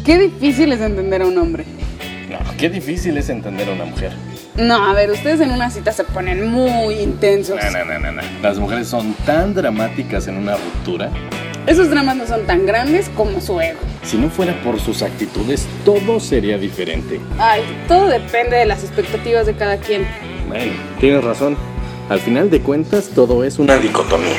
Qué difícil es entender a un hombre. No, qué difícil es entender a una mujer. No, a ver, ustedes en una cita se ponen muy intensos. No. Las mujeres son tan dramáticas en una ruptura. Esos dramas no son tan grandes como su ego. Si no fuera por sus actitudes, todo sería diferente. Ay, todo depende de las expectativas de cada quien. Bueno, tienes razón. Al final de cuentas, todo es una dicotomía.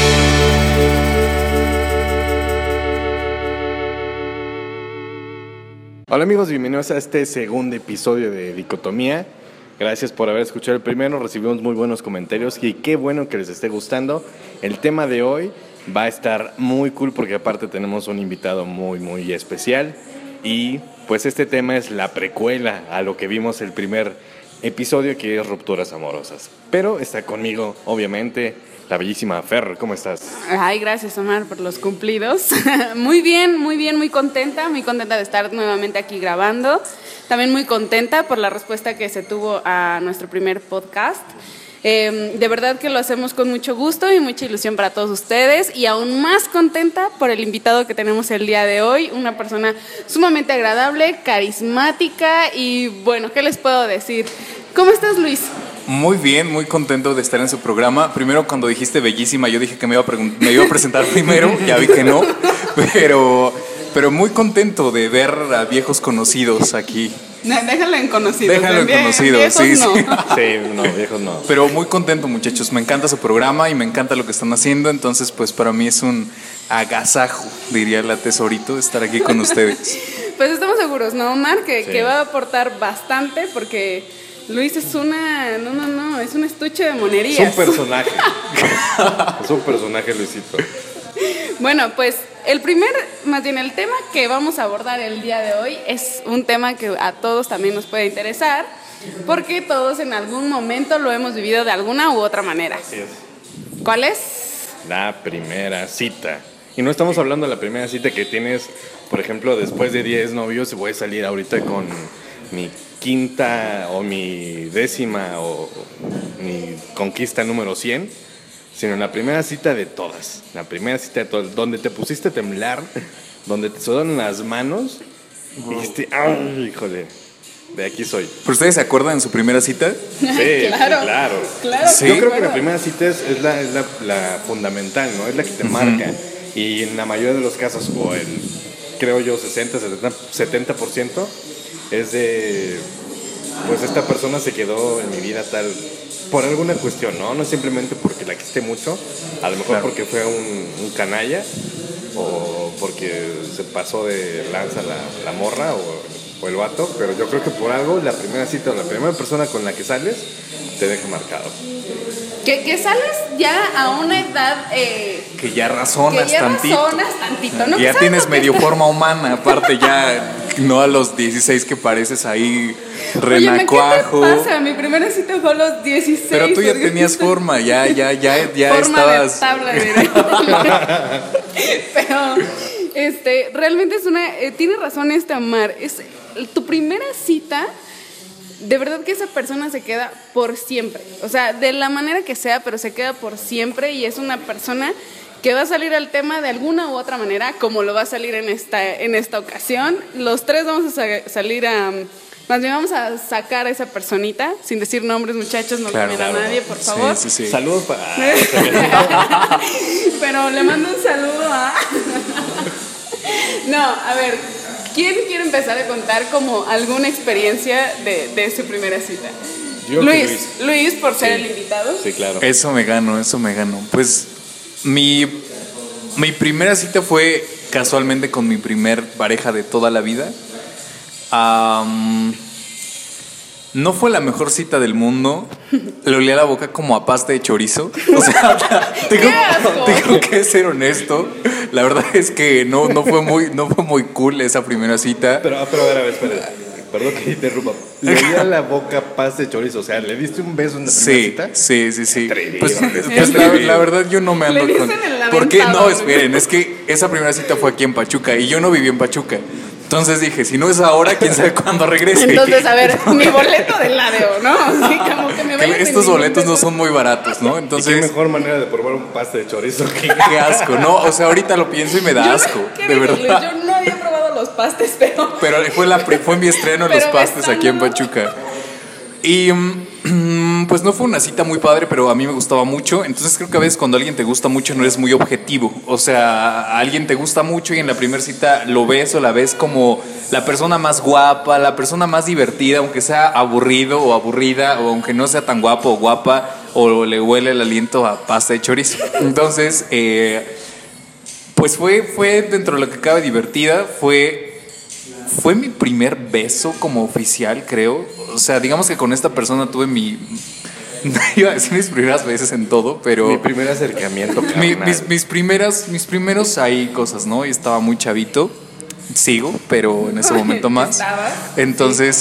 Hola amigos, bienvenidos a este segundo episodio de Dicotomía. Gracias por haber escuchado el primero, recibimos muy buenos comentarios y qué bueno que les esté gustando. El tema de hoy va a estar muy cool porque aparte tenemos un invitado muy especial. Y pues este tema es la precuela a lo que vimos el primer episodio, que es rupturas amorosas. Pero está conmigo, obviamente, la bellísima Fer. ¿Cómo estás? Ay, gracias Omar por los cumplidos. Muy bien, muy contenta de estar nuevamente aquí grabando. También muy contenta por la respuesta que se tuvo a nuestro primer podcast. De verdad que lo hacemos con mucho gusto y mucha ilusión para todos ustedes, y aún más contenta por el invitado que tenemos el día de hoy, una persona sumamente agradable, carismática y bueno, ¿qué les puedo decir? ¿Cómo estás, Luis? Muy bien, muy contento de estar en su programa. Primero, cuando dijiste bellísima, yo dije que me iba a presentar primero, ya vi que no, pero muy contento de ver a viejos conocidos aquí. Déjalo en conocidos. Déjalo en conocidos, sí. No. Sí, no, viejos no. Pero muy contento, muchachos. Me encanta su programa y me encanta lo que están haciendo. Entonces, pues para mí es un agasajo, diría la Tesorito, estar aquí con ustedes. Pues estamos seguros, ¿no, Omar? Que va a aportar bastante porque Luis es es un estuche de monerías. Es un personaje. Es un personaje, Luisito. Bueno, pues el tema que vamos a abordar el día de hoy es un tema que a todos también nos puede interesar, porque todos en algún momento lo hemos vivido de alguna u otra manera. Así es. ¿Cuál es? La primera cita. Y no estamos hablando de la primera cita que tienes, por ejemplo, después de 10 novios, voy a salir ahorita con mi quinta o mi décima o mi conquista número 100, sino en la primera cita de todas. La primera cita de todas, donde te pusiste a temblar, donde te sudaron las manos y dijiste, ¡ay, híjole! De aquí soy. ¿Pero ustedes se acuerdan de su primera cita? Sí, claro. Sí. Yo creo que la primera cita es la fundamental, ¿no? Es la que te marca. Y en la mayoría de los casos, o creo yo, 70%, es de, pues esta persona se quedó en mi vida tal, por alguna cuestión, ¿no? No simplemente porque la quiste mucho, a lo mejor claro, porque fue un canalla, o porque se pasó de lanza la morra o el vato, pero yo creo que por algo la primera cita o la primera persona con la que sales te deja marcado. Que sales ya a una edad que ya razonas tantito, ¿no? Que ya tienes medio forma humana, aparte ya no a los 16 que pareces ahí renacuajo. Oye, ¿qué te pasa? Mi primera cita fue a los 16. Pero tú ya tenías forma, ya forma estabas. De tabla, pero realmente es tiene razón Omar, es tu primera cita. De verdad que esa persona se queda por siempre, o sea, de la manera que sea, pero se queda por siempre, y es una persona que va a salir al tema de alguna u otra manera, como lo va a salir en esta ocasión. Los tres vamos a salir más bien vamos a sacar a esa personita, sin decir nombres, muchachos, no clamen a nadie, por favor. Sí. Saludos para... Pero le mando un saludo a... No, a ver... ¿Quién quiere empezar a contar como alguna experiencia de su primera cita? Luis, por ser el invitado. Sí, claro. Eso me gano. Pues mi primera cita fue casualmente con mi primer pareja de toda la vida. No fue la mejor cita del mundo. Le olía la boca como a pasta de chorizo. O sea, tengo que ser honesto. La verdad es que no fue muy cool esa primera cita. Pero a ver, espera. Perdón que interrumpa. Le olía la boca pasta de chorizo. O sea, ¿le diste un beso en la primera cita? Sí. Pues la verdad yo no me ando con... ¿Por qué? No, esperen. Es que esa primera cita fue aquí en Pachuca y yo no viví en Pachuca. Entonces dije, si no es ahora, quién sabe cuándo regrese. Entonces, a ver, mi boleto del ADO, ¿no? Así como que me vayan. Estos boletos no son muy baratos, ¿no? Entonces, ¿y qué mejor manera de probar un pasta de chorizo? Qué asco, ¿no? O sea, ahorita lo pienso y me da asco, de verdad. Yo no había probado los pastes, pero fue mi estreno en los Pero pastes aquí en besando. Pachuca. Y pues no fue una cita muy padre, pero a mí me gustaba mucho. Entonces creo que a veces cuando alguien te gusta mucho no eres muy objetivo. O sea, a alguien te gusta mucho y en la primera cita lo ves o la ves como la persona más guapa, la persona más divertida, aunque sea aburrido o aburrida, o aunque no sea tan guapo o guapa, o le huele el aliento a pasta de chorizo. Entonces, pues fue dentro de lo que cabe divertida. Fue mi primer beso como oficial, creo. O sea, digamos que con esta persona tuve no iba a decir mis primeras veces en todo, pero... Mi primer acercamiento carnal. mis primeros ahí cosas, ¿no? Y estaba muy chavito. Sigo, pero en ese momento más. ¿Estabas? Entonces,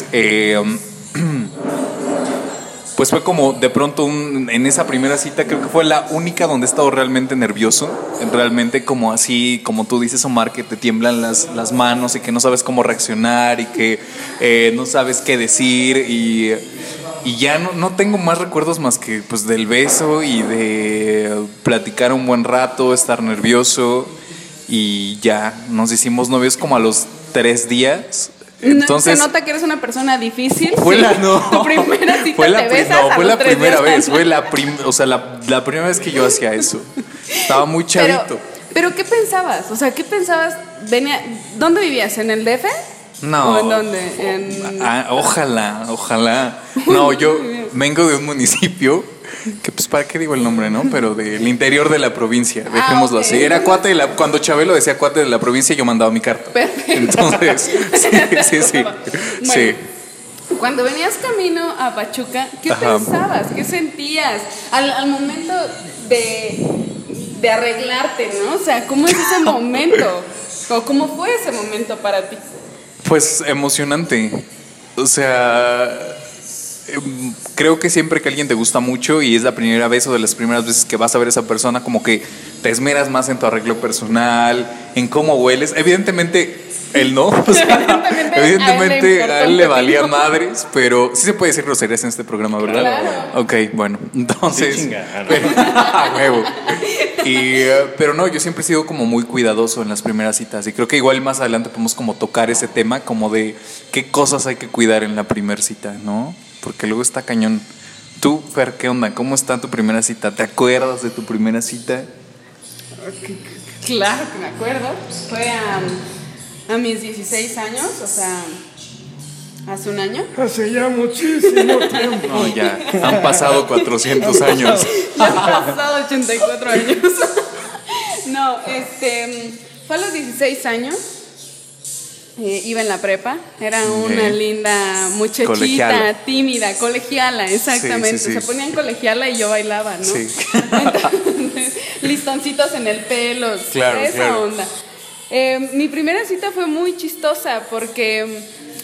pues fue como de pronto en esa primera cita creo que fue la única donde he estado realmente nervioso, realmente como así, como tú dices, Omar, que te tiemblan las manos y que no sabes cómo reaccionar y que no sabes qué decir y ya no tengo más recuerdos más que pues del beso y de platicar un buen rato, estar nervioso y ya nos hicimos novios como a los 3 días. Entonces, se nota que eres una persona difícil. Tu primera cita te besas fue la 3 primera días. vez, fue la primera vez que yo hacía eso. Estaba muy chavito. Pero ¿qué pensabas? O sea, ¿qué pensabas? ¿Dónde vivías? ¿En el DF? No. ¿O en dónde? Ojalá. No, yo vengo de un municipio que pues para qué digo el nombre, ¿no? Pero del interior de la provincia, dejémoslo así. Era cuate cuando Chabelo decía cuate de la provincia, yo mandaba mi carta. Perfecto. Entonces, sí. Bueno, Sí. Cuando venías camino a Pachuca, ¿qué pensabas? ¿Qué sentías al momento de arreglarte, ¿no? O sea, ¿cómo es ese momento? ¿O cómo fue ese momento para ti? Pues emocionante. O sea, creo que siempre que alguien te gusta mucho y es la primera vez o de las primeras veces que vas a ver a esa persona, como que te esmeras más en tu arreglo personal, en cómo hueles. Evidentemente, él no. O sea, evidentemente a él le valía madres, pero sí se puede decir groserías en este programa, ¿verdad? Claro. Ok, bueno, entonces. Sí, chinga, ¿no? A huevo. Pero no, yo siempre he sido como muy cuidadoso en las primeras citas y creo que igual más adelante podemos como tocar ese tema como de qué cosas hay que cuidar en la primera cita, ¿no? Porque luego está cañón. Tú, Fer, ¿qué onda? ¿Cómo está tu primera cita? ¿Te acuerdas de tu primera cita? Claro que me acuerdo. Fue a mis 16 años, o sea, hace un año. Hace ya muchísimo tiempo. No, ya han pasado 400 años. Ya han pasado 84 años. No, fue a los 16 años. Iba en la prepa. Era una linda muchachita, Colegiala. Tímida, colegiala, exactamente. Sí. Se ponían colegiala y yo bailaba, ¿no? Sí. Entonces, listoncitos en el pelo, Claro, esa claro. onda. Mi primera cita fue muy chistosa porque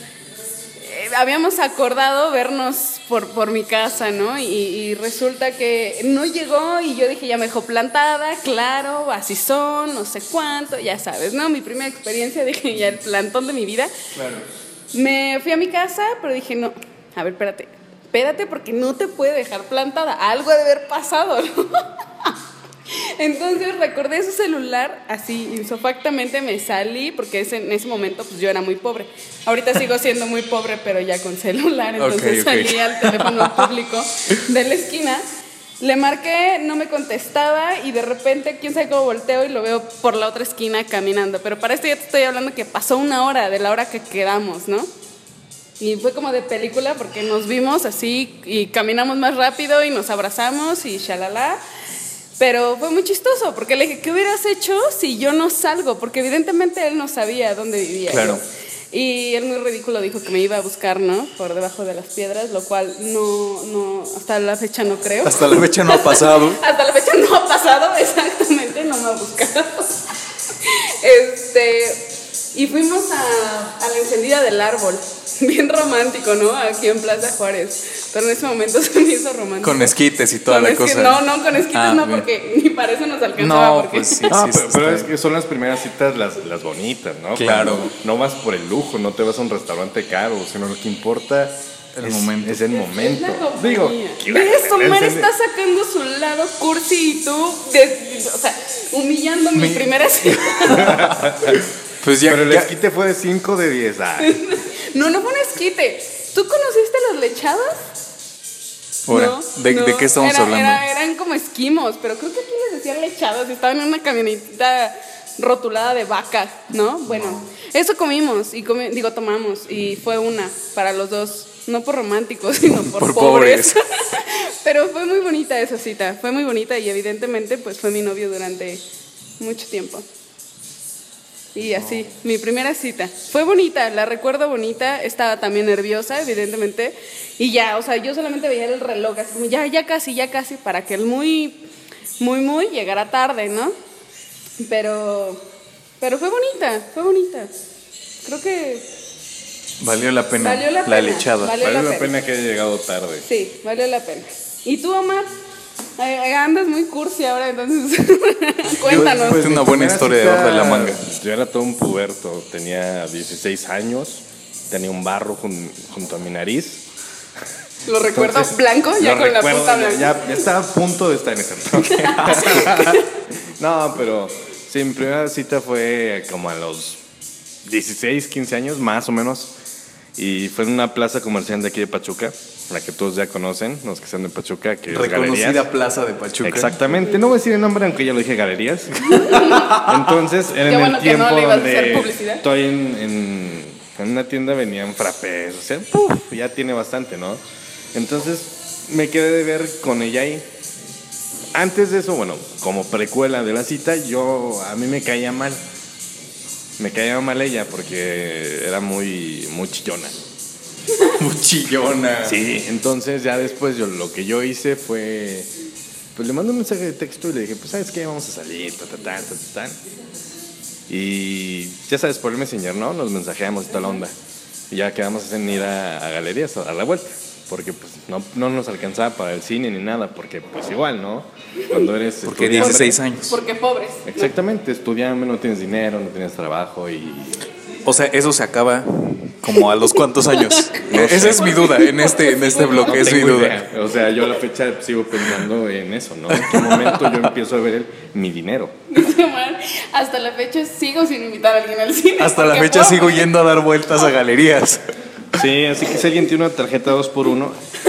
habíamos acordado vernos por mi casa, ¿no? Y resulta que no llegó y yo dije, ya me dejó plantada, claro, así son, no sé cuánto, ya sabes, ¿no? Mi primera experiencia, dije, ya el plantón de mi vida. Claro. Me fui a mi casa, pero dije, no, a ver, espérate porque no te puede dejar plantada, algo ha de haber pasado, ¿no? Entonces recordé su celular, así insofactamente me salí, porque en ese momento pues yo era muy pobre. Ahorita sigo siendo muy pobre, pero ya con celular, entonces salí al teléfono público de la esquina, le marqué, no me contestaba y de repente, quién sabe cómo volteo y lo veo por la otra esquina caminando. Pero para esto ya te estoy hablando que pasó 1 hora de la hora que quedamos, ¿no? Y fue como de película porque nos vimos así y caminamos más rápido y nos abrazamos y shalala. Pero fue muy chistoso porque le dije, ¿qué hubieras hecho si yo no salgo? Porque evidentemente él no sabía dónde vivía. Claro. Y él muy ridículo dijo que me iba a buscar, ¿no? Por debajo de las piedras, lo cual no hasta la fecha no creo. Hasta la fecha no ha pasado. Hasta la fecha no ha pasado, exactamente, no me ha buscado. Y fuimos a la encendida del árbol. Bien romántico, ¿no? Aquí en Plaza Juárez. Pero en ese momento se me hizo romántico. Con esquites y toda la cosa. No, con esquites no, bien. porque ni para eso nos alcanzaba. No, porque... pues sí. Pero es que son las primeras citas las bonitas, ¿no? Claro. Cuando no vas por el lujo, no te vas a un restaurante caro, sino lo que importa El momento. es el momento. Es la compañía. Digo, ¿ves? Omar está sacando su lado cursi y tú, o sea, humillando mi primera cita. Pues ya, Pero el ya- esquite fue de 5 de 10. No, no fue un esquite. ¿Tú conociste las lechadas? Ahora, No, ¿de no. qué estamos hablando? Eran como esquimos, pero creo que aquí les decían lechadas. Estaban en una camionetita rotulada de vaca, ¿no? Bueno, eso comimos y tomamos. Y fue una para los dos. No por románticos, sino por pobres. Pero fue muy bonita esa cita. Fue muy bonita y evidentemente pues fue mi novio durante mucho tiempo. Y así, mi primera cita. Fue bonita, la recuerdo bonita. Estaba también nerviosa, evidentemente. Y ya, o sea, yo solamente veía el reloj, así como ya casi, para que el muy llegara tarde, ¿no? Pero fue bonita. Creo que Valió la pena valió la la pena. lechada. Valió Vale la la pena que haya llegado tarde. Sí, valió la pena. ¿Y tú, Omar? Andas muy cursi ahora, entonces cuéntanos. Pues, una mi buena primera historia debajo de la manga. Yo era todo un puberto, tenía 16 años, tenía un barro junto a mi nariz. Lo recuerdo Entonces, blanco, ya lo con recuerdo, la punta blanca. ya estaba a punto de estar en ese entonces. No, pero sí, mi primera cita fue como a los 16, 15 años, más o menos. Y fue en una plaza comercial de aquí de Pachuca, la que todos ya conocen, los que están de Pachuca, que es Reconocida Galerías. Plaza de Pachuca. Exactamente, no voy a decir el nombre aunque ya lo dije, Galerías. Entonces era Qué en bueno el que no tiempo le ibas a hacer donde publicidad. estoy en una tienda, venían frappés, o sea, ya tiene bastante, ¿no? Entonces me quedé de ver con ella ahí. Antes de eso, bueno, como precuela de la cita, a mí me caía mal. Me caía mal ella porque era muy chillona. Muy chillona. Sí, entonces ya después lo que yo hice fue, pues le mandé un mensaje de texto y le dije, pues sabes qué, vamos a salir, ta. Y ya sabes, por el Messenger, ¿no? Nos mensajeamos y toda la onda. Y ya quedamos en ir a galerías a la vuelta. Porque pues no nos alcanzaba para el cine ni nada, porque pues igual, ¿no? Cuando eres Porque estudiante. 16 años. Porque pobres. Exactamente, estudiando, no tienes dinero, no tienes trabajo y... O sea, eso se acaba como a los cuantos años. Esa es mi duda en este bloque, es mi tengo duda. idea. O sea, yo a la fecha sigo pensando en eso, ¿no? En qué momento yo empiezo a ver mi dinero. Dice Omar, hasta la fecha sigo sin invitar a alguien al cine. Hasta la porque fecha sigo pobre. yendo a dar vueltas a galerías. Sí, así que si alguien tiene una tarjeta 2x1,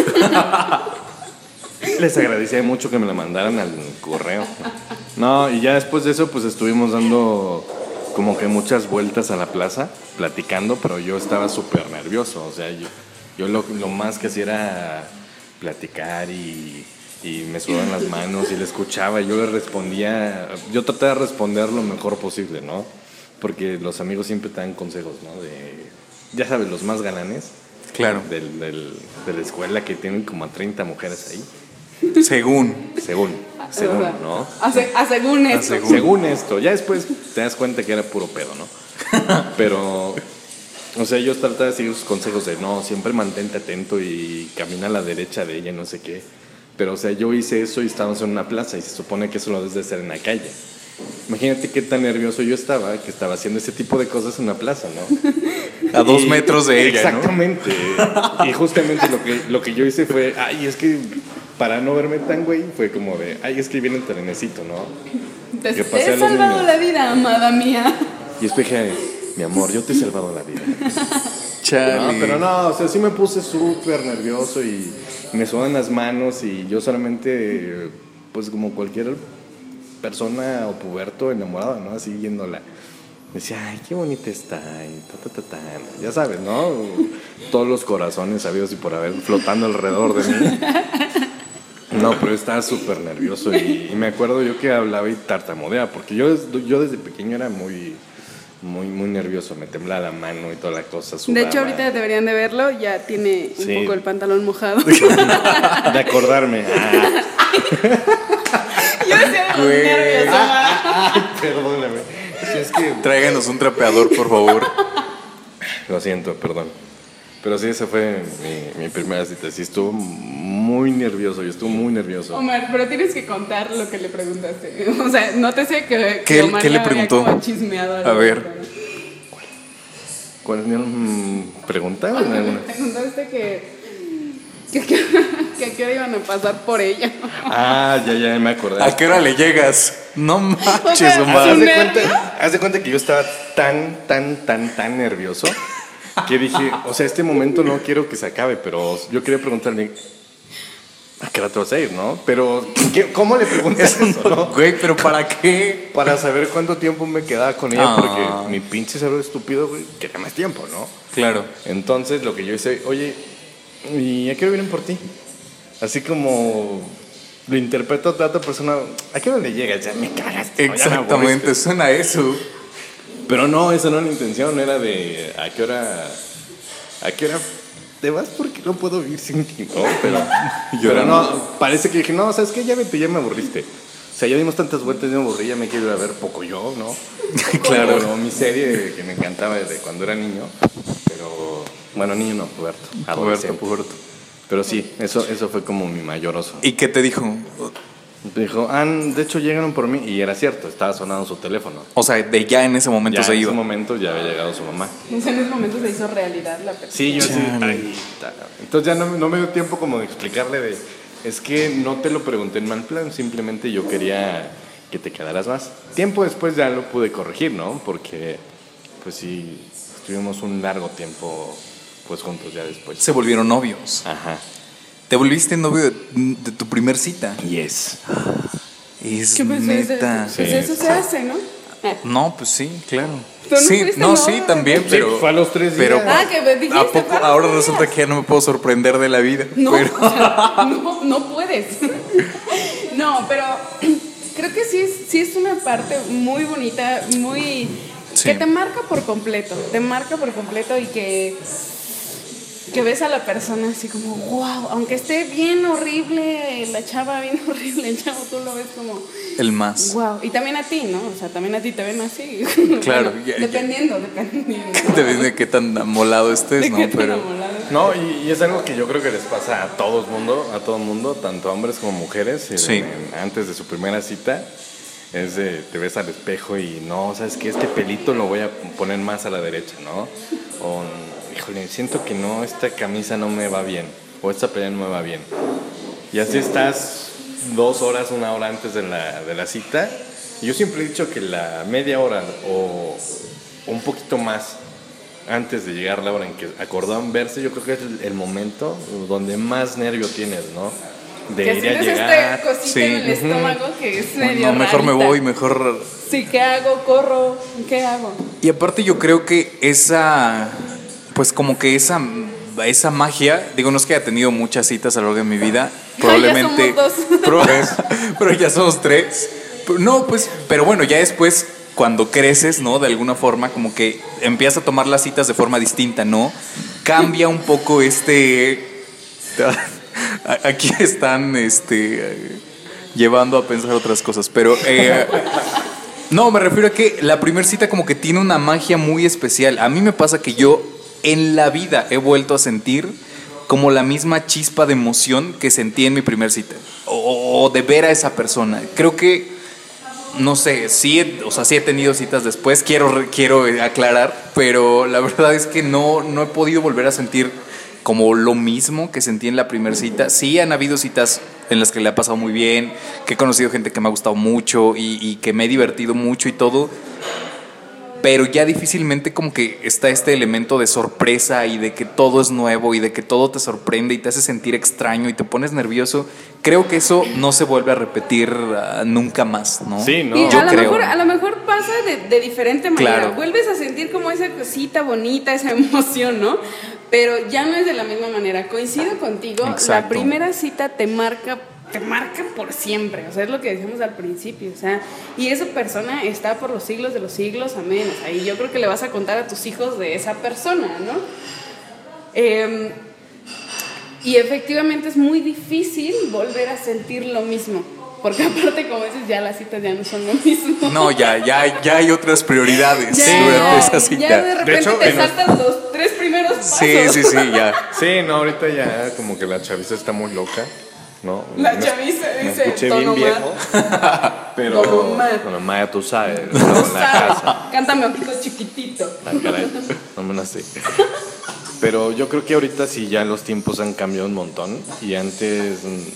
les agradecería mucho que me la mandaran al correo. No, y ya después de eso, pues estuvimos dando como que muchas vueltas a la plaza, platicando, pero yo estaba súper nervioso. O sea, yo lo más que hacía era platicar y me sudaban las manos y le escuchaba y yo le respondía. Yo traté de responder lo mejor posible, ¿no? Porque los amigos siempre te dan consejos, ¿no? Ya sabes, los más galanes. Claro. De la escuela que tienen como a 30 mujeres ahí. Según. Según, ¿no? Según esto. Según esto. Ya después te das cuenta que era puro pedo, ¿no? Pero, o sea, yo trataba de seguir sus consejos de no, siempre mantente atento y camina a la derecha de ella, no sé qué. Pero, o sea, yo hice eso y estábamos en una plaza y se supone que eso lo debes de hacer en la calle. Imagínate qué tan nervioso yo estaba que estaba haciendo ese tipo de cosas en una plaza, ¿no? A 2 metros de ella, exactamente. Y justamente lo que yo hice fue, ay, es que para no verme tan güey, fue como de, ay, es que viene el trenecito, ¿no? Te Que pasé a he los salvado niños. la vida, amada mía. Y después dije, mi amor, yo te he salvado la vida. Chale. No, pero no, o sea, sí me puse súper nervioso y me sudan las manos y yo solamente, pues como cualquier persona o puberto enamorado, ¿no? Así viéndola. Decía, ay, qué bonita está, y ya sabes, ¿no? Todos los corazones sabidos y por haber flotando alrededor de mí. No, pero yo estaba súper nervioso y me acuerdo yo que hablaba y tartamudeaba, porque yo desde pequeño era muy nervioso, me temblaba la mano y toda la cosa. De hecho, sudaba. ahorita deberían de verlo, ya tiene un Sí. poco el pantalón mojado. De acordarme. Yo decía de los Güey. nervios, Omar. Ay, perdóname. Es que Tráiganos un trapeador, por favor. lo siento, perdón. Pero sí, esa fue mi primera cita. Sí, estuvo muy nervioso. Yo estuve muy nervioso. Omar, pero tienes que contar lo que le preguntaste. O sea, nótese que ¿Qué Omar le ya había preguntó? como chismeado algo, A ver. pero- ¿Cuál preguntaban alguna? Te contaste que a qué hora iban a pasar por ella. Ah, ya me acordé. ¿A qué hora le llegas? No manches, O sea, Omar. Haz de cuenta que yo estaba tan nervioso que dije, o sea, este momento no quiero que se acabe, pero yo quería preguntarle, ¿a qué hora te vas a ir, no? Pero, ¿cómo le preguntas eso, no? Güey, ¿pero para qué? Para saber cuánto tiempo me quedaba con ella, porque mi pinche cerebro estúpido, güey, quería más tiempo, ¿no? Claro. Entonces, lo que yo hice, oye, ¿y a qué hora vienen por ti? Así como lo interpreto a otra persona, ¿a qué hora le llegas? Ya me cagaste. Exactamente, suena a eso. Pero no, esa no era la intención, era de ¿a qué hora te vas? Porque no puedo vivir sin ti, ¿no? Pero no, parece que dije, no, ¿sabes qué? Ya vete, ya me aburriste. O sea, ya dimos tantas vueltas, ya me aburrí, ya me quiero ir a ver poco yo, ¿no? Claro. Pero mi serie que me encantaba desde cuando era niño, pero, bueno, niño no, puberto. Pero sí, eso fue como mi mayor oso. ¿Y qué te dijo? Dijo, de hecho llegaron por mí, y era cierto, estaba sonando su teléfono. O sea, de ya en ese momento Ya se en iba. ese momento ya había llegado su mamá. O sea, en ese momento se hizo realidad la persona. Sí, yo sí. Entonces ya no me dio tiempo como de explicarle de, es que no te lo pregunté en mal plan, simplemente yo quería que te quedaras más. Tiempo después ya lo pude corregir, ¿no? Porque, pues sí, estuvimos un largo tiempo, pues juntos ya después. Se volvieron novios. Ajá. ¿Te volviste novio de tu primer cita? Yes. Es ¿Qué pues, neta. pues eso se hace, ¿no? No, pues sí, claro. ¿Tú no Sí, fuiste no, novio? sí, también, Sí, pero... fue a los 3 días. Pero, Que me dijiste. ¿a poco ahora resulta que ya no me puedo sorprender de la vida? No, Pero- o sea, no puedes. No, pero creo que sí es una parte muy bonita, muy... Sí. Que te marca por completo, y que ves a la persona así como, wow, aunque esté bien horrible, la chava bien horrible, el chavo, tú lo ves como, El más. wow. Y también a ti, ¿no? O sea, también a ti te ven así. Claro, Bueno, ya. dependiendo. Depende de qué tan amolado estés, De ¿no? qué tan Pero... amolado. No, y es algo que yo creo que les pasa a todo el mundo, tanto hombres como mujeres, Sí. antes de su primera cita, es de, te ves al espejo y no, ¿sabes qué? Este pelito lo voy a poner más a la derecha, ¿no? O, híjole, siento que no, esta camisa no me va bien, o esta pelea no me va bien. Y así estás 2 horas, 1 hora antes de la cita. Y yo siempre he dicho que la media hora o un poquito más antes de llegar la hora en que acordaron verse, yo creo que es el momento donde más nervio tienes, ¿no? De Que ir a sientes llegar. este cosita Sí. en el estómago que es medio No, mejor me rarita. voy, mejor... Sí, ¿qué hago? ¿Corro? ¿Qué hago? Y aparte yo creo que esa, pues como que esa magia, digo, no es que haya tenido muchas citas a lo largo de mi vida, probablemente... Ya somos 2. pero ya somos 3. No, pues, pero bueno, ya después, cuando creces, ¿no? De alguna forma, como que empiezas a tomar las citas de forma distinta, ¿no? Cambia un poco Aquí están, llevando a pensar otras cosas, pero... No, me refiero a que la primera cita como que tiene una magia muy especial. A mí me pasa que yo en la vida he vuelto a sentir como la misma chispa de emoción que sentí en mi primera cita. O de ver a esa persona. Creo que, no sé, sí he tenido citas después, quiero aclarar, pero la verdad es que no he podido volver a sentir como lo mismo que sentí en la primera cita. Sí han habido citas en las que le ha pasado muy bien, que he conocido gente que me ha gustado mucho y que me he divertido mucho y todo, pero ya difícilmente como que está este elemento de sorpresa y de que todo es nuevo y de que todo te sorprende y te hace sentir extraño y te pones nervioso. Creo que eso no se vuelve a repetir nunca más, ¿no? Sí, ¿no? Y Yo a lo creo. mejor, a lo mejor pasa de diferente manera. Claro. Vuelves a sentir como esa cosita bonita, esa emoción, ¿no? Pero ya no es de la misma manera. Coincido contigo, Exacto. La primera cita te marca por siempre. O sea, es lo que decíamos al principio. O sea, y esa persona está por los siglos de los siglos, amén. O sea, y yo creo que le vas a contar a tus hijos de esa persona, ¿no? Y efectivamente es muy difícil volver a sentir lo mismo. Porque aparte, como dices, ya las citas ya no son lo mismo. No, ya hay otras prioridades durante esa cita. Ya de repente hecho, te saltas los 3 primeros pasos. Sí, ya. Sí, no, ahorita ya como que la chaviza está muy loca, ¿no? La chaviza me dice, escuché Don bien Omar. viejo, pero... Don Omar. Don Omar, tú sabes, ¿no? La casa. Cántame ojito chiquitito. Ah, caray, no me la sé. Pero yo creo que ahorita sí ya los tiempos han cambiado un montón y antes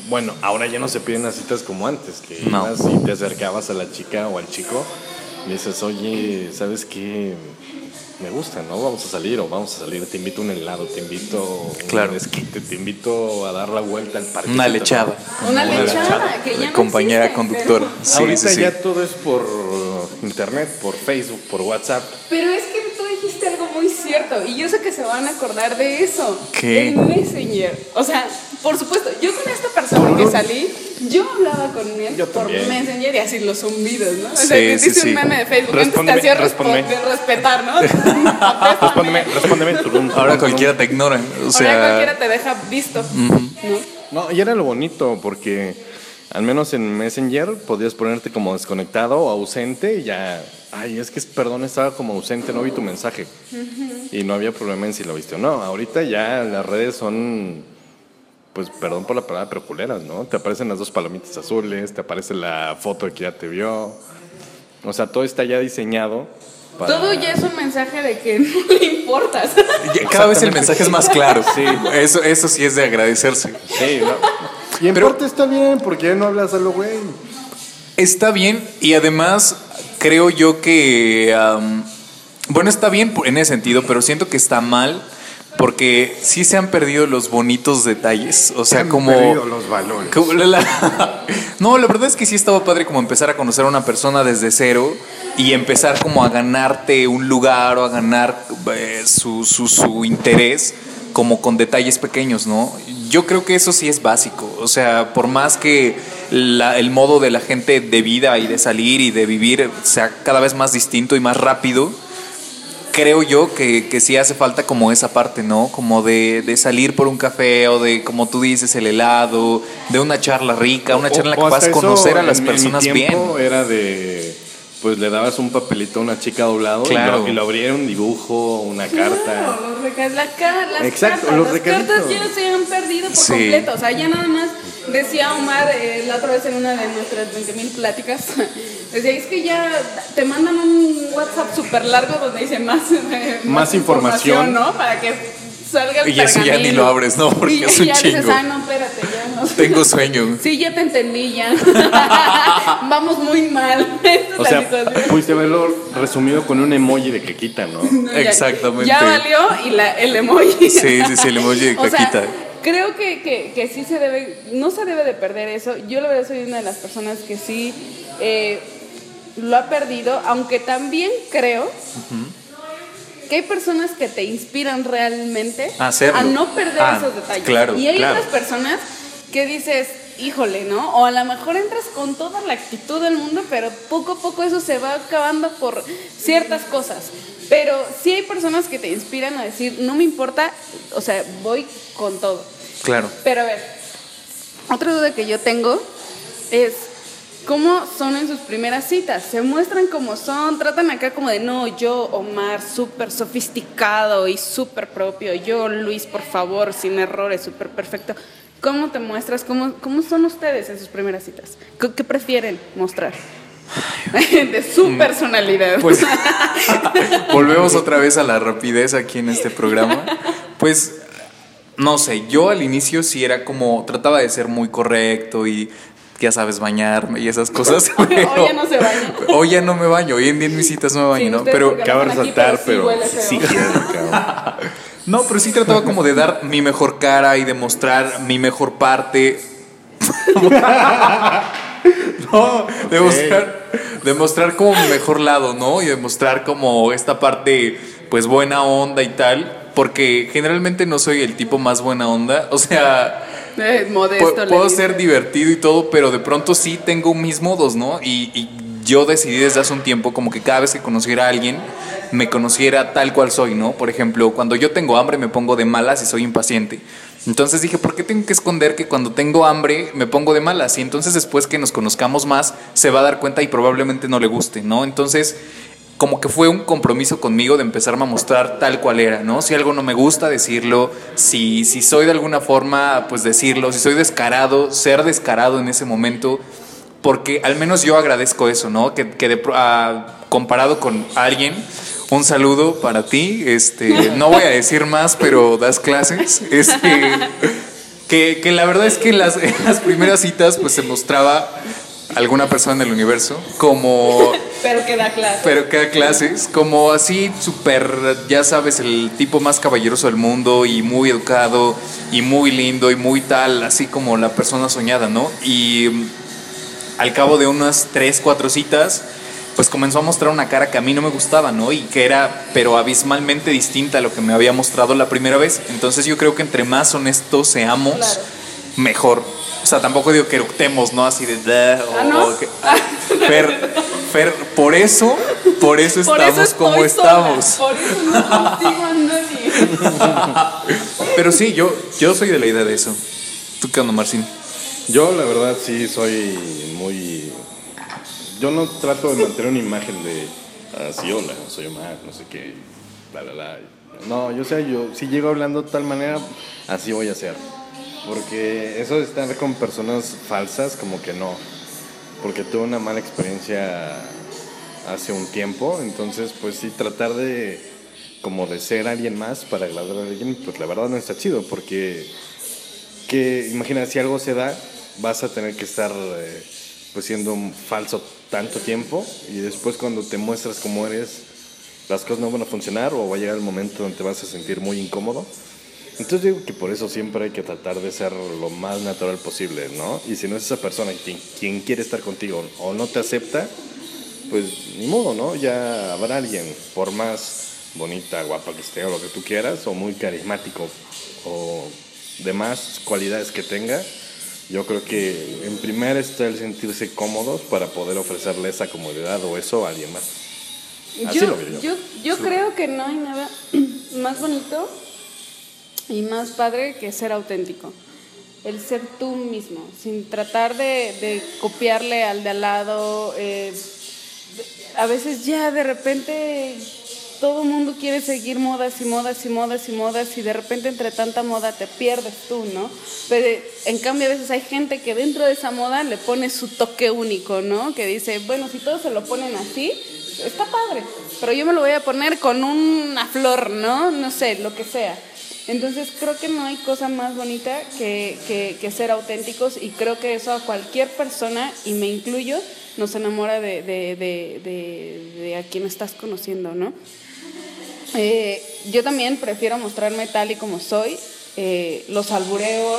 bueno, ahora ya no se piden las citas como antes, que No. ibas y te acercabas a la chica o al chico y dices, oye, ¿sabes qué? Me gusta, ¿no? Vamos a salir o vamos a salir, te invito a un helado, te invito a Claro. un esquite, te invito a dar la vuelta al parque. Una lechada. Una lechada, que ya no Compañera existe, conductora. Sí, Ahorita sí, sí. ya todo es por internet, por Facebook, por WhatsApp. Pero es que tú dijiste algo muy cierto y yo sé que se van a acordar de eso. ¿Qué? El Messenger. O sea, por supuesto, yo con esta persona que salí, yo hablaba con él Yo por también. Messenger y así los zumbidos, ¿no? O Sí, sea, que sí, dice sí. un meme de Facebook, Respóndeme, antes te hacía respóndeme. respetar, ¿no? Respóndeme. Turun, Ahora turun, cualquiera te ignora. O Ahora sea, cualquiera te deja visto, ¿no? No, y era lo bonito, porque al menos en Messenger podías ponerte como desconectado o ausente y ya, ay, es que perdón, estaba como ausente, no vi tu mensaje. Y no había problema en si lo viste o no. Ahorita ya las redes son, pues perdón por la palabra, pero culeras, ¿no? Te aparecen las 2 palomitas azules, te aparece la foto de que ya te vio. O sea, todo está ya diseñado para... Todo ya es un mensaje de que no le importas. cada vez el mensaje es más claro. Sí. Eso sí es de agradecerse. Sí, ¿no? Y en Pero- parte está bien, porque ya no hablas a lo güey. Está bien y además creo yo que, bueno, está bien en ese sentido, pero siento que está mal porque sí se han perdido los bonitos detalles. O sea, como... los valores. No, la verdad es que sí estaba padre como empezar a conocer a una persona desde cero y empezar como a ganarte un lugar o a ganar su interés como con detalles pequeños, ¿no? Yo creo que eso sí es básico. O sea, por más que el modo de la gente de vida y de salir y de vivir sea cada vez más distinto y más rápido, creo yo que sí hace falta como esa parte, ¿no? Como de salir por un café o de, como tú dices, el helado, de una charla rica, una charla en la que hasta puedas eso, conocer a las en mi personas bien. tiempo era de, pues le dabas un papelito a una chica doblado Claro. y lo abría un dibujo, una carta. Claro, los las Exacto, cartas, los las recaditos. cartas ya se han perdido por Sí. completo. O sea, ya nada más decía Omar la otra vez en una de nuestras 20,000 pláticas. Decía, es que ya te mandan un WhatsApp súper largo donde dice más información. ¿no? Para que salga el Y eso ya ni pergamino. lo abres, ¿no? Porque Y es un ya dices, chingo. no, espérate, ya no. Tengo sueño. Sí, ya te entendí, ya. Vamos muy mal. Esa es O la sea, situación. pudiste verlo resumido con un emoji de quequita, ¿no? No, ya- Exactamente. Ya valió y el emoji. Sí, el emoji de O sea, caquita. creo que sí se debe, no se debe de perder eso. Yo la verdad soy una de las personas que sí lo ha perdido, aunque también creo que hay personas que te inspiran realmente A hacerlo. a no perder esos detalles. claro, y hay claro. otras personas que dices, híjole, ¿no? O a lo mejor entras con toda la actitud del mundo, pero poco a poco eso se va acabando por ciertas cosas. Pero sí hay personas que te inspiran a decir, no me importa, o sea, voy con todo. Claro. Pero a ver, otra duda que yo tengo es, ¿cómo son en sus primeras citas? ¿Se muestran como son? ¿Tratan acá como de, no, yo, Omar, súper sofisticado y súper propio, yo, Luis, por favor, sin errores, súper perfecto? ¿Cómo te muestras? ¿Cómo son ustedes en sus primeras citas? ¿Qué prefieren mostrar? De su personalidad. Pues volvemos otra vez a la rapidez aquí en este programa. Pues no sé, yo al inicio sí era como, trataba de ser muy correcto y ya sabes, bañarme y esas cosas. Hoy ya no se baña. Hoy ya no me baño, hoy en día en mis citas no me baño, Sí, ¿no? ustedes Pero porque Cabe lo hacen aquí, resaltar, sí pero huele feo. sí quiero, cabrón. no, pero sí trataba como de dar mi mejor cara y de mostrar mi mejor parte. No, demostrar como mi mejor lado, ¿no? Y demostrar como esta parte, pues buena onda y tal. Porque generalmente no soy el tipo más buena onda. O sea, Modesto. le puedo dice. ser divertido y todo, pero de pronto sí tengo mis modos, ¿no? Y yo decidí desde hace un tiempo como que cada vez que conociera a alguien, me conociera tal cual soy, ¿no? Por ejemplo, cuando yo tengo hambre me pongo de malas y soy impaciente. Entonces dije, ¿por qué tengo que esconder que cuando tengo hambre me pongo de malas? Y entonces después que nos conozcamos más se va a dar cuenta y probablemente no le guste, ¿no? Entonces como que fue un compromiso conmigo de empezarme a mostrar tal cual era, ¿no? Si algo no me gusta, decirlo. Si soy de alguna forma, pues decirlo. Si soy descarado, ser descarado en ese momento. Porque al menos yo agradezco eso, ¿no? Comparado con alguien, un saludo para ti. No voy a decir más, pero das clases. Que la verdad es que en las primeras citas pues se mostraba alguna persona en el universo como... Pero que da clases. Pero que da clases, como así súper, ya sabes, el tipo más caballeroso del mundo y muy educado y muy lindo y muy tal, así como la persona soñada, ¿no? Y al cabo de unas 3, 4 citas, pues comenzó a mostrar una cara que a mí no me gustaba, ¿no? Y que era, pero abismalmente distinta a lo que me había mostrado la primera vez. Entonces yo creo que entre más honestos seamos, claro, mejor. O sea, tampoco digo que eructemos, ¿no? Así de... ¿no? Fer, por eso estamos como estamos. Por eso no consigo a nadie. Pero sí, yo soy de la idea de eso. ¿Tú qué onda, Marcín? Yo, la verdad, sí soy muy... Yo no trato de mantener una imagen de... sí, hola, soy Omar, no sé qué... No, yo si llego hablando de tal manera, así voy a ser. Porque eso de estar con personas falsas, como que no. Porque tuve una mala experiencia hace un tiempo. Entonces, pues sí, tratar de como de ser alguien más para agradar a alguien, pues la verdad no está chido. Porque, imagina, si algo se da, vas a tener que estar pues siendo un falso tanto tiempo. Y después cuando te muestras como eres, las cosas no van a funcionar o va a llegar el momento donde te vas a sentir muy incómodo. Entonces digo que por eso siempre hay que tratar de ser lo más natural posible, ¿no? Y si no es esa persona quien quiere estar contigo o no te acepta, pues ni modo, ¿no? Ya habrá alguien, por más bonita, guapa que esté o lo que tú quieras, o muy carismático o demás cualidades que tenga. Yo creo que en primera está el sentirse cómodos para poder ofrecerle esa comodidad o eso a alguien más. Así lo veo yo. Yo creo que no hay nada más bonito y más padre que ser auténtico. El ser tú mismo, sin tratar de copiarle al de al lado. A veces ya de repente todo el mundo quiere seguir modas y modas y modas y modas y de repente entre tanta moda te pierdes tú, ¿no? Pero en cambio a veces hay gente que dentro de esa moda le pone su toque único, ¿no? Que dice, bueno, si todos se lo ponen así, está padre, pero yo me lo voy a poner con una flor, ¿no? No sé, lo que sea. Entonces creo que no hay cosa más bonita que ser auténticos y creo que eso a cualquier persona, y me incluyo, nos enamora de a quien estás conociendo, ¿no? Yo también prefiero mostrarme tal y como soy. Los albureo,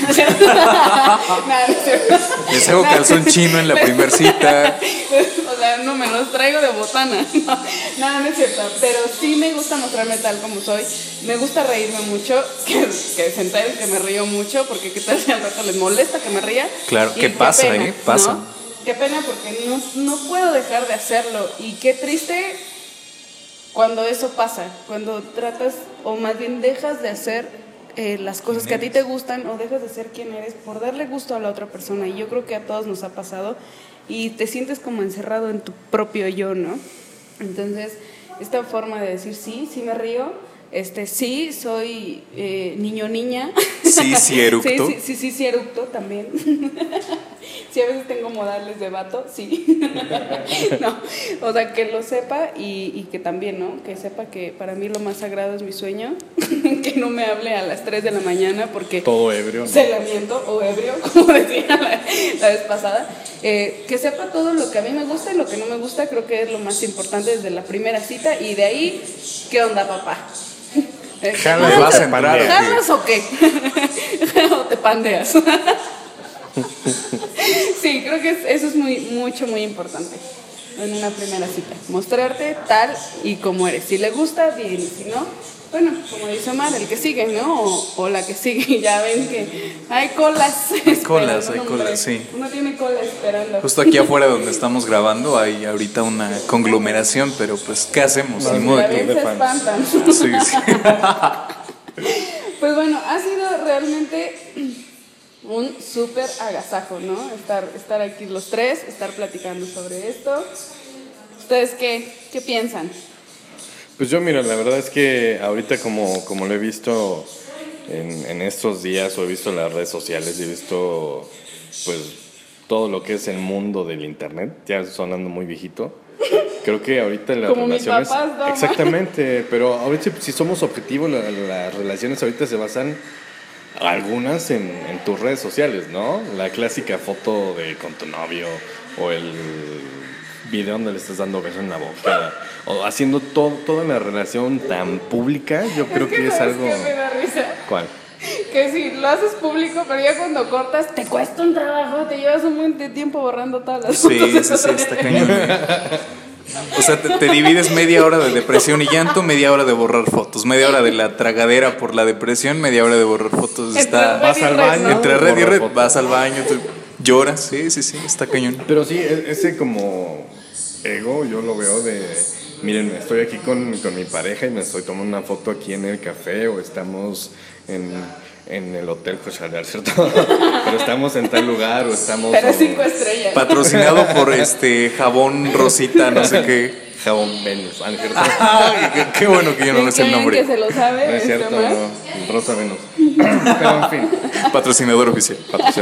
les hago calzón chino en la primer cita. O sea, no me los traigo de botana. No es cierto. Pero sí me gusta mostrarme tal como soy. Me gusta reírme mucho, que se enteren que me río mucho, porque qué tal si al rato les molesta que me ría. Claro, ¿qué pasa, pena, pasa. ¿no? Qué pena, porque no puedo dejar de hacerlo. Y qué triste cuando eso pasa, cuando tratas, o más bien dejas de hacer las cosas que a ti te gustan o dejas de ser quien eres por darle gusto a la otra persona. Y yo creo que a todos nos ha pasado y te sientes como encerrado en tu propio yo, ¿no? Entonces, esta forma de decir sí me río, sí, soy niña. Sí, eructo. Sí, eructo también. Sí, a veces tengo modales de vato, sí. No, o sea, que lo sepa y que también, ¿no? Que sepa que para mí lo más sagrado es mi sueño. Que no me hable a las 3 de la mañana porque... Todo ebrio, ¿no? Se lamento, o ebrio, como decía la vez pasada. Que sepa todo lo que a mí me gusta y lo que no me gusta, creo que es lo más importante desde la primera cita. Y de ahí, ¿qué onda, papá? ¿Vas a entrar? ¿Jalas o qué? ¿O te pandeas? Sí, creo que eso es muy importante en una primera cita. Mostrarte tal y como eres. Si le gusta, bien. Si no, bueno, como dice Omar, el que sigue, ¿no? O la que sigue. Ya ven que hay colas. Hay colas, sí. Uno tiene cola esperando. Justo aquí afuera donde estamos grabando hay ahorita una conglomeración, pero pues, ¿qué hacemos? Ni modo que se espantan. Sí. Pues bueno, ha sido realmente un súper agasajo, ¿no? Estar aquí los tres, estar platicando sobre esto. ¿Ustedes qué piensan? Pues yo, mira, la verdad es que ahorita como lo he visto en estos días, o he visto en las redes sociales, he visto pues todo lo que es el mundo del internet, ya sonando muy viejito. Creo que ahorita las como relaciones... Mis papás, ¿no? Exactamente, pero ahorita si somos objetivos, las relaciones ahorita se basan algunas en tus redes sociales, ¿no? La clásica foto con tu novio o el video donde le estás dando besos en la boca o haciendo toda la relación tan pública, yo creo que es algo... ¿Qué me da risa? ¿Cuál? Que si lo haces público, pero ya cuando cortas te cuesta un trabajo, te llevas un buen de tiempo borrando todas las fotos. Sí, está cañón. O sea, te divides media hora de depresión y llanto, media hora de borrar fotos, media hora de la tragadera por la depresión, media hora de borrar fotos. Vas al baño, ¿no? Entre red y red, vas al baño, lloras, sí, está cañón. Pero sí, ese como ego yo lo veo de... Miren, estoy aquí con mi pareja y me estoy tomando una foto aquí en el café o estamos en el hotel Cochalar, ¿cierto? Pero estamos en tal lugar o estamos... Pero 5 estrellas. Patrocinado por jabón Rosita, no sé qué. Jabón Venus, ¿cierto? Qué bueno que yo no me sé el nombre. Que se lo sabe. No es cierto, no. Rosa Venus. Pero en fin. Patrocinador oficial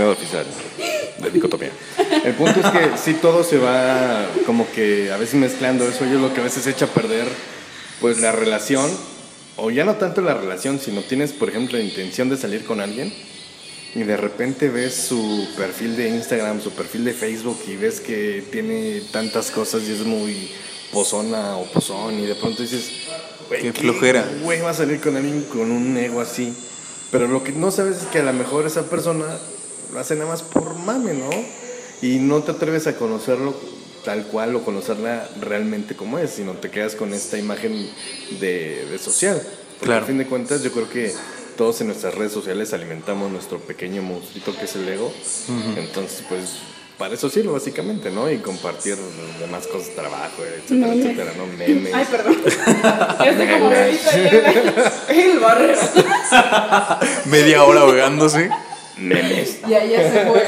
De dicotomía. El punto es que sí todo se va como que a veces mezclando eso, yo lo que a veces echa a perder pues la relación, o ya no tanto la relación, sino tienes por ejemplo la intención de salir con alguien y de repente ves su perfil de Instagram, su perfil de Facebook y ves que tiene tantas cosas y es muy pozona o pozón y de pronto dices, güey, qué flojera. Güey, va a salir con alguien con un ego así. Pero lo que no sabes es que a lo mejor esa persona lo hace nada más por mame, ¿no? Y no te atreves a conocerlo tal cual o conocerla realmente como es, sino te quedas con esta imagen de social. Porque claro. Al fin de cuentas yo creo que todos en nuestras redes sociales alimentamos nuestro pequeño monstruito que es el ego. Uh-huh. Entonces, pues, para eso sirve básicamente, ¿no? Y compartir demás cosas, trabajo, etcétera, etcétera, ¿no? Memes. Ay, perdón. Este como el barrero. Media hora ahogándose. Memes. Ya se fue.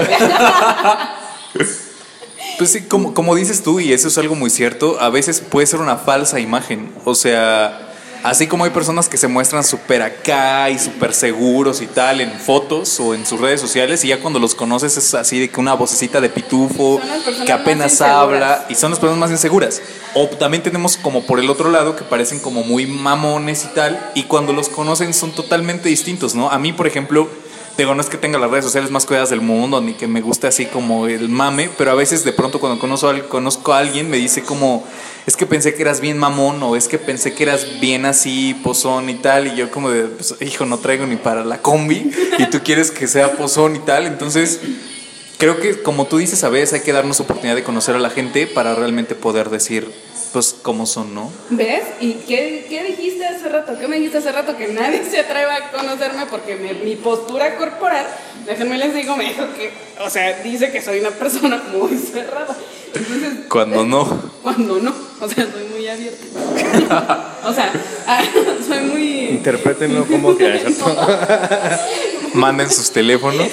Pues sí, como dices tú, y eso es algo muy cierto, a veces puede ser una falsa imagen. O sea, así como hay personas que se muestran súper acá y súper seguros y tal en fotos o en sus redes sociales, y ya cuando los conoces es así de que una vocecita de pitufo que apenas habla, y son las personas más inseguras. O también tenemos como por el otro lado que parecen como muy mamones y tal, y cuando los conocen son totalmente distintos, ¿no? A mí, por ejemplo, digo, no es que tenga las redes sociales más cuidadas del mundo, ni que me guste así como el mame, pero a veces de pronto cuando conozco a alguien me dice como, es que pensé que eras bien mamón, o es que pensé que eras bien así, pozón y tal, y yo como de, pues, hijo, no traigo ni para la combi, y tú quieres que sea pozón y tal. Entonces creo que como tú dices, a veces hay que darnos oportunidad de conocer a la gente para realmente poder decir, pues, cómo son, ¿no? ¿Ves? ¿Y qué dijiste hace rato? ¿Qué me dijiste hace rato? Que nadie se atreva a conocerme porque mi postura corporal, déjenme les digo, me dijo que, o sea, dice que soy una persona muy cerrada. Entonces, cuando no. O sea, soy muy abierta. O sea, soy muy... Interprétenlo como que... Manden sus teléfonos.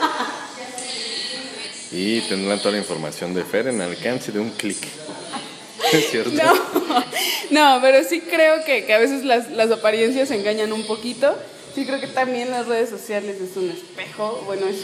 Y tendrán toda la información de Fer en alcance de un clic. ¿Es cierto? No, pero sí creo que a veces las apariencias engañan un poquito. Sí creo que también las redes sociales es un espejo. Bueno, es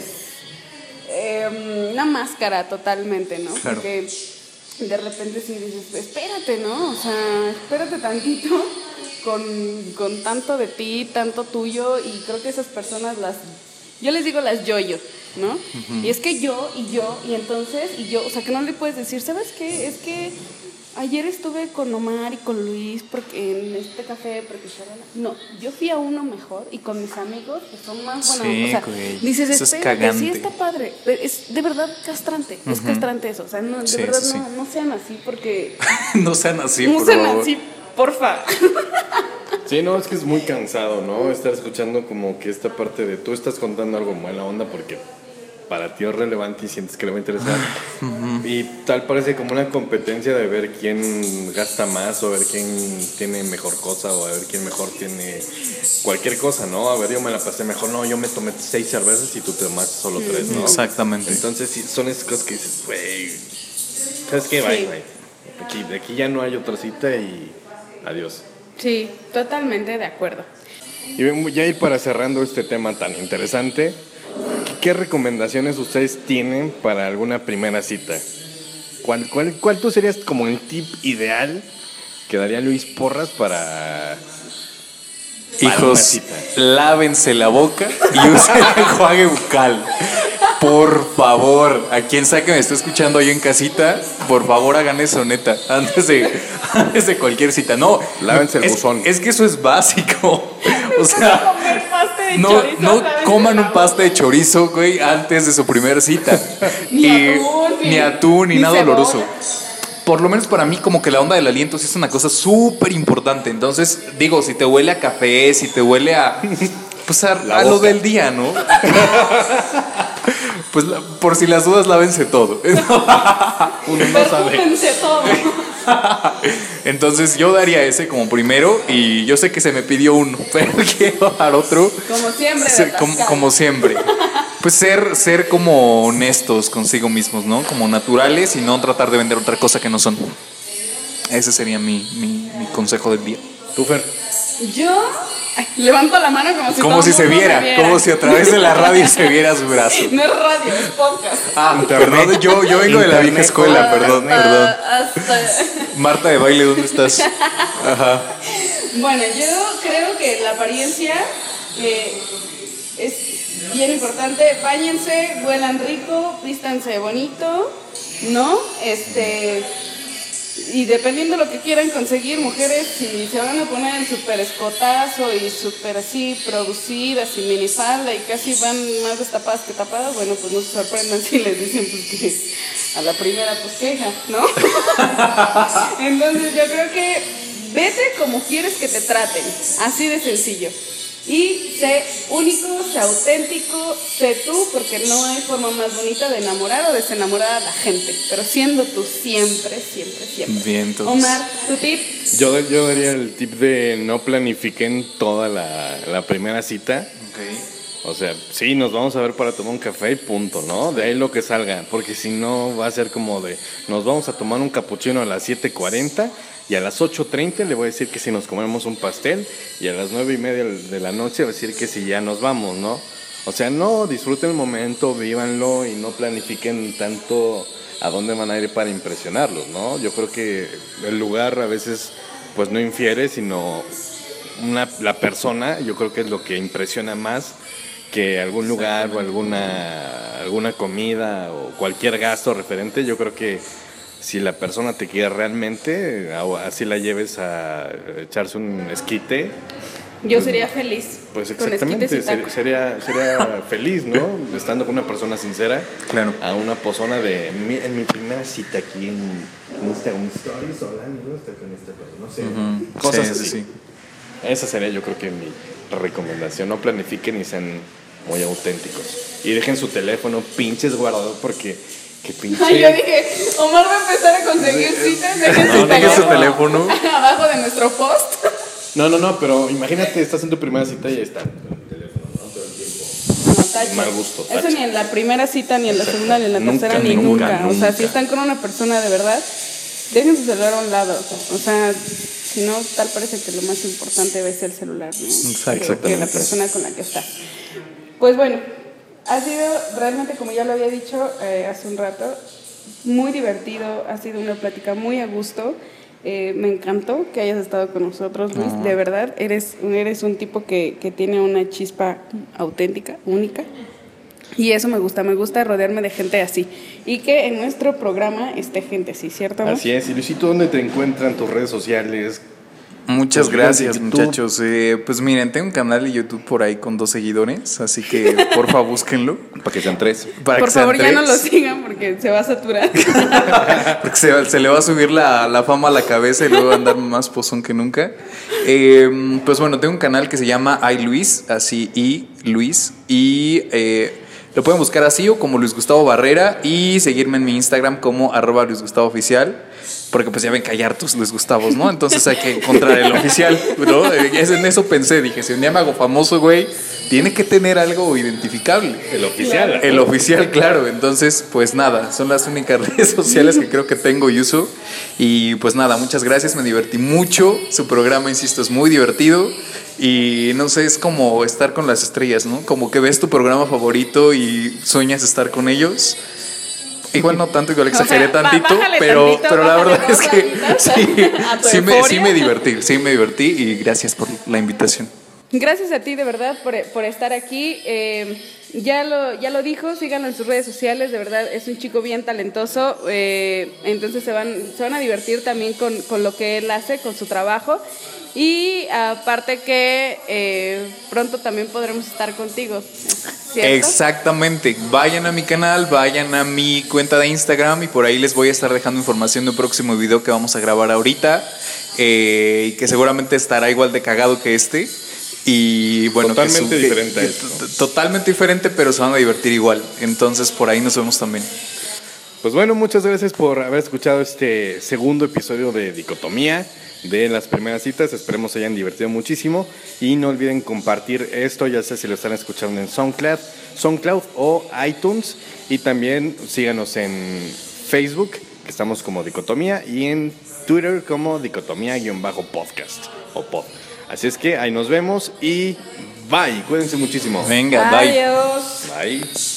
una máscara totalmente, ¿no? Claro. Porque de repente sí dices, espérate, ¿no? O sea, espérate tantito con tanto de ti, tanto tuyo. Y creo que esas personas yo les digo las yo-yo, ¿no? Uh-huh. Y es que yo, y entonces, o sea, que no le puedes decir, ¿sabes qué? Es que ayer estuve con Omar y con Luis porque en este café, porque no, yo fui a uno mejor y con mis amigos que son más buenos. Sí, o sea, güey, dices, espérate, sí está padre, es de verdad castrante, es castrante eso, o sea, no, de verdad no sean así porque... no sean así, no sean así, porfa. Sí, no, es que es muy cansado, ¿no? Estar escuchando como que esta parte de tú estás contando algo buena onda porque para ti es relevante y sientes que le va a interesar. Uh-huh. Y tal parece como una competencia de ver quién gasta más o ver quién tiene mejor cosa o a ver quién mejor tiene cualquier cosa, ¿no? A ver, yo me la pasé mejor, no, yo me tomé 6 cervezas y tú te tomaste solo 3, ¿no? Exactamente. Entonces sí, son esas cosas que dices, güey, ¿sabes qué? Bye. De aquí ya no hay otra cita y adiós. Sí, totalmente de acuerdo. Y ya ir para cerrando este tema tan interesante, ¿qué recomendaciones ustedes tienen para alguna primera cita? ¿Cuál tú serías como el tip ideal que daría Luis Porras para Hijos, lávense la boca y usen enjuague bucal. Por favor, a quien sea que me esté escuchando ahí en casita, por favor hagan eso, neta, antes de cualquier cita. No, lávense el buzón. Es que eso es básico. O sea, no coman un pasta de chorizo, güey, antes de su primera cita. Ni atún, ni nada doloroso. Por lo menos para mí, como que la onda del aliento sí es una cosa súper importante. Entonces, digo, si te huele a café, si te huele a... Pues a lo del día, ¿no? Pues por si las dudas, lávense todo. Uno no sabe. Todo. Entonces yo daría ese como primero. Y yo sé que se me pidió uno, pero quiero dar otro. Como siempre. Como siempre. Pues ser como honestos consigo mismos, ¿no? Como naturales y no tratar de vender otra cosa que no son. Ese sería mi consejo del día. ¿Tú, Fer? Yo levanto la mano como si se viera, como si a través de la radio se viera su brazo. No es radio, es podcast. Perdón, yo vengo de la vieja escuela, perdón. Marta de baile, ¿dónde estás? Ajá. Bueno, yo creo que la apariencia es bien importante. Báñense, huelan rico, vístanse bonito, ¿no? Y dependiendo de lo que quieran conseguir, mujeres, si se van a poner el súper escotazo y súper así producidas y minifalda y casi van más destapadas que tapadas, bueno, pues no se sorprendan si les dicen pues que a la primera pues queja, ¿no? Entonces yo creo que vete como quieres que te traten, así de sencillo. Y sé único, sé auténtico, sé tú, porque no hay forma más bonita de enamorar o desenamorar a la gente, pero siendo tú siempre. Bien, entonces. Omar, ¿tu tip? Yo daría el tip de no planifiquen toda la primera cita. Okay. O sea, sí, nos vamos a ver para tomar un café y punto, ¿no? De ahí lo que salga, porque si no va a ser como de, nos vamos a tomar un capuchino a las 7:40 y a las 8:30 le voy a decir que si nos comemos un pastel y a las 9:30 de la noche va a decir que si ya nos vamos, ¿no? O sea, no, disfruten el momento, vívanlo y no planifiquen tanto a dónde van a ir para impresionarlos, ¿no? Yo creo que el lugar a veces pues no infiere, sino la persona, yo creo que es lo que impresiona más que algún lugar o alguna comida o cualquier gasto referente. Yo creo que si la persona te quiere realmente, así la lleves a echarse un esquite. Yo sería feliz. Pues exactamente, sería feliz, ¿no? Estando con una persona sincera. Claro. A una persona en mi primera cita aquí en Instagram Stories, hola, ¿no? Estoy con esta persona, no sé. Uh-huh. Cosas sí, así. Sí. Esa sería yo creo que mi recomendación. No planifiquen y sean muy auténticos. Y dejen su teléfono pinches guardado porque... ¿Qué pinche? Ay, yo dije, Omar va a empezar a conseguir citas. Dejen su teléfono abajo de nuestro post. No, pero imagínate, estás en tu primera cita y ahí está el teléfono, ¿no? Todo el tiempo. No, tache. Mal gusto, Eso tache. ni en la primera cita, ni en la segunda, ni en la tercera, ni nunca. O sea, si están con una persona de verdad, dejen su celular a un lado. O sea, si no, tal parece que lo más importante debe ser el celular, ¿no? Exactamente. Que la persona con la que está. Pues bueno, ha sido realmente, como ya lo había dicho hace un rato, muy divertido, ha sido una plática muy a gusto. Me encantó que hayas estado con nosotros, Luis. De verdad, eres un tipo que tiene una chispa auténtica, única. Y eso me gusta rodearme de gente así. Y que en nuestro programa esté gente así, ¿cierto? Así es. Y Luisito, ¿dónde te encuentran tus redes sociales? Muchas gracias, muchachos. Pues miren, tengo un canal de YouTube por ahí con 2 seguidores, así que porfa búsquenlo. Para que sean 3. Por favor, ya no lo sigan porque se va a saturar. Porque se le va a subir la fama a la cabeza y luego va a andar más pozón que nunca. Pues bueno, tengo un canal que se llama iLuis, así Luis, y lo pueden buscar así o como Luis Gustavo Barrera y seguirme en mi Instagram como @LuisGustavoOficial. Porque pues ya ven que hay hartos Luis Gustavos, ¿no? Entonces hay que encontrar el oficial, ¿no? En eso pensé, dije, si un día me hago famoso, güey, tiene que tener algo identificable. El oficial. Claro. El oficial, claro. Entonces, pues nada, son las únicas redes sociales que creo que tengo y uso. Y pues nada, muchas gracias, me divertí mucho. Su programa, insisto, es muy divertido. Y no sé, es como estar con las estrellas, ¿no? Como que ves tu programa favorito y sueñas estar con ellos. Igual no tanto, igual exageré tantito, pero la verdad es que sí me divertí y gracias por la invitación. Gracias a ti, de verdad, por estar aquí. Ya lo dijo, síganlo en sus redes sociales, de verdad, es un chico bien talentoso, entonces se van a divertir también con lo que él hace, con su trabajo. Y aparte que pronto también podremos estar contigo, ¿cierto? Exactamente, vayan a mi canal, vayan a mi cuenta de Instagram y por ahí les voy a estar dejando información de un próximo video que vamos a grabar ahorita, y que seguramente estará igual de cagado que este. Y bueno, totalmente diferente. Totalmente diferente, pero se van a divertir igual. Entonces por ahí nos vemos también. Pues bueno, muchas gracias por haber escuchado este segundo episodio de Dicotomía, de las primeras citas. Esperemos se hayan divertido muchísimo. Y no olviden compartir esto, ya sea si lo están escuchando en SoundCloud o iTunes. Y también síganos en Facebook, que estamos como Dicotomía, y en Twitter como Dicotomía-podcast o pod. Así es que ahí nos vemos y bye. Cuídense muchísimo. Venga, bye. Adiós. Bye.